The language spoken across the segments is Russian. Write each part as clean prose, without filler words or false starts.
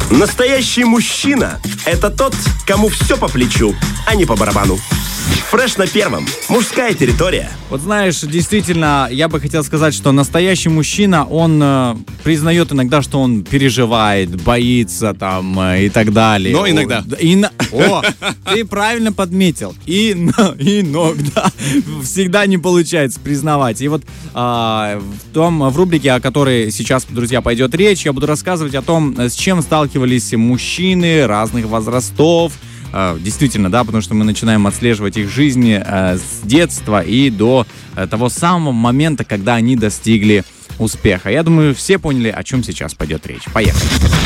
Настоящий мужчина – это тот, кому все по плечу, а не по барабану. Фреш на первом. Мужская территория. Вот знаешь, действительно, я бы хотел сказать, что настоящий мужчина, он признает иногда, что он переживает, боится там и так далее. Но иногда. О, ты правильно подметил. Иногда. Всегда не получается признавать. И вот в рубрике, о которой сейчас, друзья, пойдет речь, я буду рассказывать о том, с чем сталкивались мужчины разных возрастов. Действительно, да, потому что мы начинаем отслеживать их жизни с детства и до того самого момента, когда они достигли успеха. Я думаю, все поняли, о чем сейчас пойдет речь. Поехали.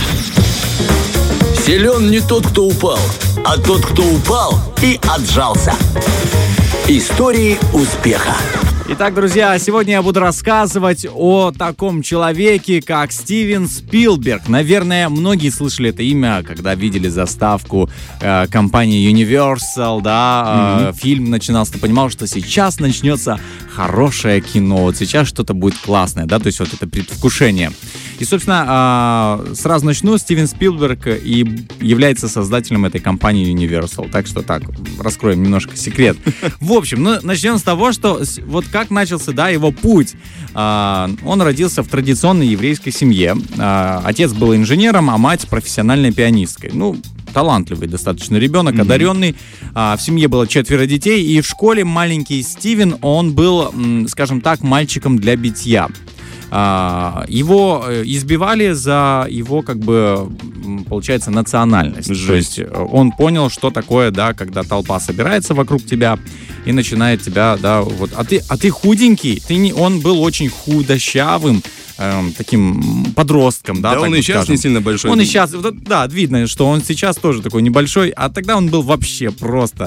Силен не тот, кто упал, а тот, кто упал и отжался. Истории успеха. Итак, друзья, сегодня я буду рассказывать о таком человеке, как Стивен Спилберг. Наверное, многие слышали это имя, когда видели заставку компании Universal, да, фильм начинался, ты понимал, что сейчас начнется хорошее кино, вот сейчас что-то будет классное, да, то есть вот это предвкушение. И, собственно, сразу начну. Стивен Спилберг и является создателем этой компании Universal. Так что так, раскроем немножко секрет. В общем, начнем с того, что вот как начался, да, его путь. Он родился в традиционной еврейской семье. Отец был инженером, а мать профессиональной пианисткой. Ну, талантливый достаточно ребенок, озаренный. В семье было 4 детей, и в школе маленький Стивен, он был, скажем так, мальчиком для битья. Его избивали за его, как бы, получается, национальность. Жесть. То есть он понял, что такое, да, когда толпа собирается вокруг тебя и начинает тебя, да, вот, а ты худенький, он был очень худощавым, таким подростком, да, да, он и сейчас не сильно большой. Он и сейчас, да, видно, что он сейчас тоже такой небольшой, а тогда он был вообще просто.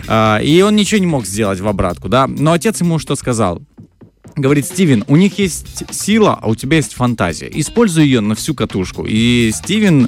И он ничего не мог сделать в обратку, да. Но отец ему что сказал? Говорит: Стивен, у них есть сила, а у тебя есть фантазия. Используй ее на всю катушку. И Стивен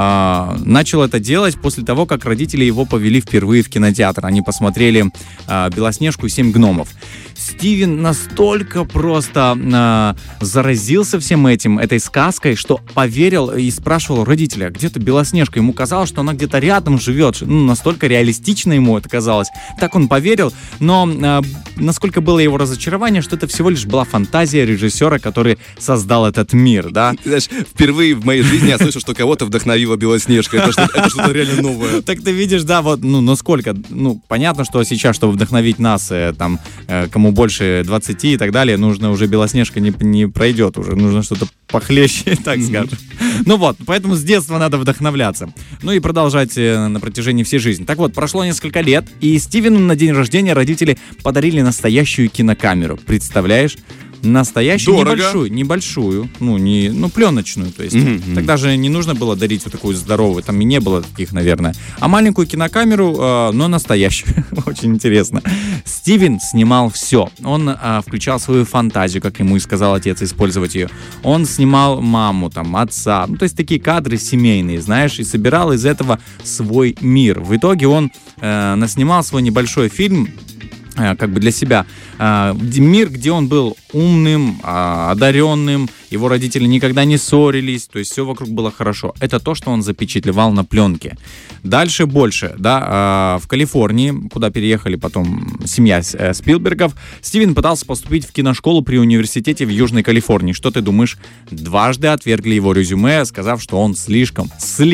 начал это делать после того, как родители его повели впервые в кинотеатр. Они посмотрели «Белоснежку и 7 гномов». Стивен настолько просто заразился всем этим, этой сказкой, что поверил и спрашивал родителя: где-то Белоснежка. Ему казалось, что она где-то рядом живет. Ну, настолько реалистично ему это казалось. Так он поверил, но насколько было его разочарование, что это всего лишь была фантазия режиссера, который создал этот мир, да? Знаешь, впервые в моей жизни я слышу, что кого-то вдохновила Белоснежка. Это что-то реально новое. Так ты видишь, да, вот, насколько, понятно, что сейчас, чтобы вдохновить нас, там, кому больше 20 и так далее, нужно уже Белоснежка не пройдет, уже нужно что-то похлеще, так скажем. Ну вот, поэтому с детства надо вдохновляться. Ну и продолжать на протяжении всей жизни. Так вот, прошло несколько лет, и Стивену на день рождения родители подарили настоящую кинокамеру. Представляешь? Настоящую, небольшую, пленочную, то есть. Тогда же не нужно было дарить вот такую здоровую, там и не было таких, наверное. А маленькую кинокамеру, но настоящую. Очень интересно. Стивен снимал все. Он включал свою фантазию, как ему и сказал отец, использовать ее. Он снимал маму, там, отца, то есть такие кадры семейные, знаешь, и собирал из этого свой мир. В итоге он наснимал свой небольшой фильм, как бы для себя. Мир, где он был умным, одаренным, его родители никогда не ссорились, то есть все вокруг было хорошо. Это то, что он запечатлевал на пленке. Дальше больше, да, в Калифорнии, куда переехали потом семья Спилбергов, Стивен пытался поступить в киношколу при университете в Южной Калифорнии. Что ты думаешь? Дважды отвергли его резюме, сказав, что он слишком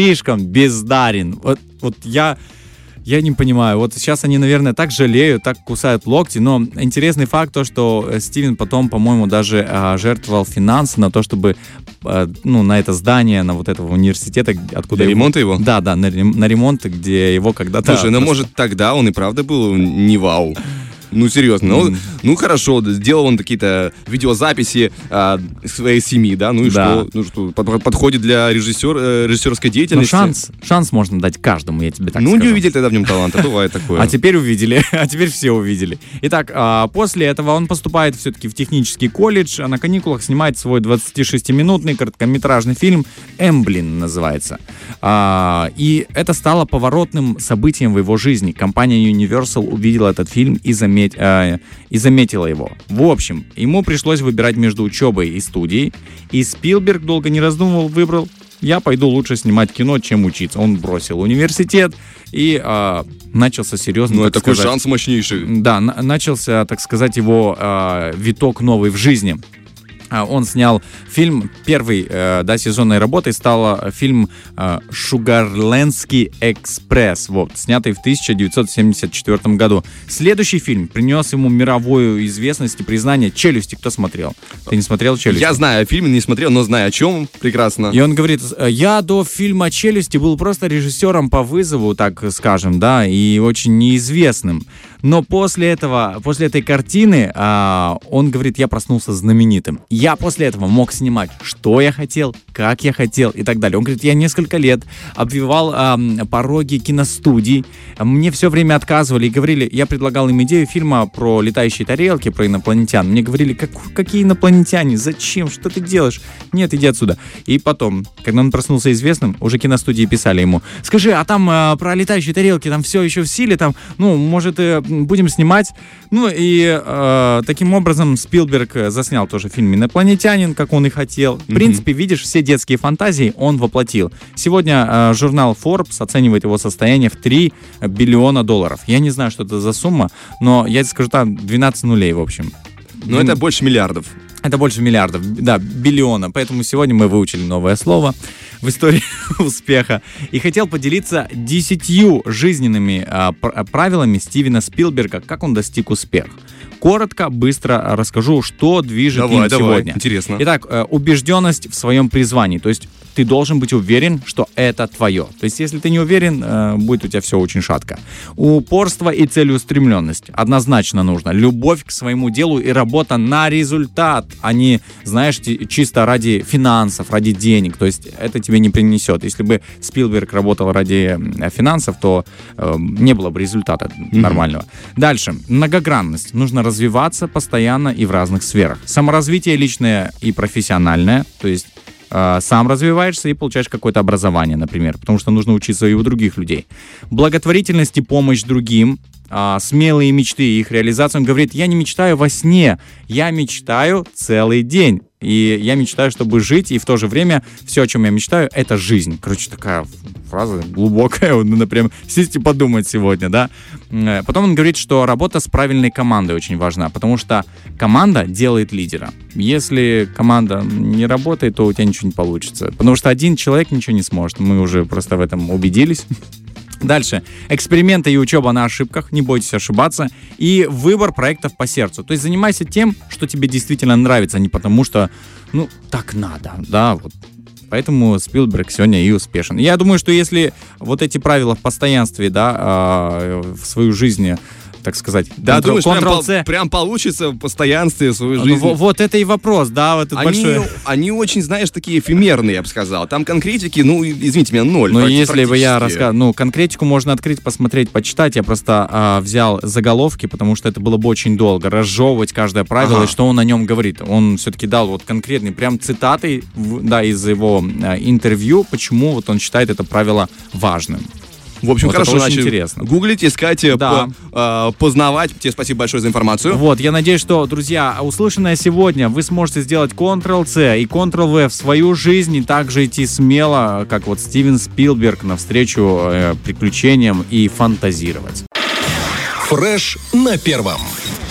бездарен. Вот я не понимаю. Вот сейчас они, наверное, так жалеют, так кусают локти, но интересный факт то, что Стивен потом, по-моему, даже жертвовал финансы на то, чтобы, на это здание, на вот этого университета, откуда... Для ремонта его? Да, на ремонт, где его когда-то... Слушай, может, тогда он и правда был не вау. Ну, серьезно. Хорошо, сделал он какие-то видеозаписи своей семьи, да? Ну и да. Что? Подходит для режиссерской деятельности. Шанс можно дать каждому, я тебе так скажу. Ну, не увидели тогда в нем таланта, бывает такое. А теперь увидели, теперь все увидели. Итак, после этого он поступает все-таки в технический колледж, а на каникулах снимает свой 26-минутный короткометражный фильм «Эмблин» называется. И это стало поворотным событием в его жизни. Компания Universal увидела этот фильм и заметила его. В общем, ему пришлось выбирать между учебой и студией, и Спилберг долго не раздумывал, выбрал я пойду лучше снимать кино, чем учиться. Он бросил университет и начался серьезно, ну, это такой шанс мощнейший. Да, начался, так сказать, его виток новый в жизни. Он снял фильм, первой сезонной работой стал фильм «Шугарлендский экспресс», снятый в 1974 году. Следующий фильм принес ему мировую известность и признание. «Челюсти». Кто смотрел? Ты не смотрел «Челюсти»? Я знаю фильм, не смотрел, но знаю о чем. Прекрасно. И он говорит, я до фильма «Челюсти» был просто режиссером по вызову, так скажем, да, и очень неизвестным. Но после этой картины, он говорит, я проснулся знаменитым. Я после этого мог снимать, что я хотел, как я хотел и так далее. Он говорит, я несколько лет обвивал пороги киностудий. Мне все время отказывали и говорили, я предлагал им идею фильма про летающие тарелки, про инопланетян. Мне говорили, какие инопланетяне, зачем, что ты делаешь? Нет, иди отсюда. И потом, когда он проснулся известным, уже киностудии писали ему, скажи, а там про летающие тарелки, там все еще в силе, там, ну, может, будем снимать. Ну и таким образом Спилберг заснял тоже фильм «Инопланетянин», как он и хотел. В принципе, видишь, все детские фантазии он воплотил. Сегодня журнал Forbes оценивает его состояние в $3 биллиона. Я не знаю, что это за сумма, но я тебе скажу, там 12 нулей, в общем. Но это больше миллиардов. Это больше миллиардов, да, биллиона. Поэтому сегодня мы выучили новое слово в истории успеха. И хотел поделиться 10 жизненными правилами Стивена Спилберга, как он достиг успеха. Коротко, быстро расскажу, что движет им сегодня. Интересно. Итак, убежденность в своем призвании. То есть ты должен быть уверен, что это твое. То есть если ты не уверен, будет у тебя все очень шатко. Упорство и целеустремленность. Однозначно нужно. Любовь к своему делу и работа на результат, а не, знаешь, чисто ради финансов, ради денег. То есть это тебе не принесет. Если бы Спилберг работал ради финансов, то не было бы результата нормального. Дальше. Многогранность. Нужно развиваться постоянно и в разных сферах. Саморазвитие личное и профессиональное. То есть сам развиваешься и получаешь какое-то образование, например, потому что нужно учиться и у других людей. Благотворительность и помощь другим, смелые мечты и их реализацию. Он говорит, я не мечтаю во сне, я мечтаю целый день. И я мечтаю, чтобы жить, и в то же время все, о чем я мечтаю, это жизнь. Короче, такая фраза глубокая, надо прям сесть и подумать сегодня, да. Потом он говорит, что работа с правильной командой очень важна, потому что команда делает лидера. Если команда не работает, то у тебя ничего не получится, потому что один человек ничего не сможет. Мы уже просто в этом убедились. Дальше. Эксперименты и учеба на ошибках. Не бойтесь ошибаться. И выбор проектов по сердцу. То есть занимайся тем, что тебе действительно нравится, а не потому что, ну, так надо. Да, вот. Поэтому Спилберг сегодня и успешен. Я думаю, что если вот эти правила в постоянстве, да, в свою жизнь, так сказать, да, думаешь, прям получится в постоянстве в свою жизнь. Вот это и вопрос, да, вот это большой. Они очень, знаешь, такие эфемерные, я бы сказал. Там конкретики, ну, извините меня, ноль. Но если бы я рассказал, ну, конкретику можно открыть, посмотреть, почитать. Я просто взял заголовки, потому что это было бы очень долго. Разжевывать каждое правило, и что он о нем говорит. Он все-таки дал вот конкретные, прям цитаты, да, из его интервью, почему вот он считает это правило важным. В общем, вот хорошо, очень интересно. Гуглить, искать, да. Познавать. Тебе спасибо большое за информацию. Вот, я надеюсь, что, друзья, услышанное сегодня вы сможете сделать Ctrl-C и Ctrl-V в свою жизнь и также идти смело, как вот Стивен Спилберг, навстречу приключениям и фантазировать. Фреш на первом.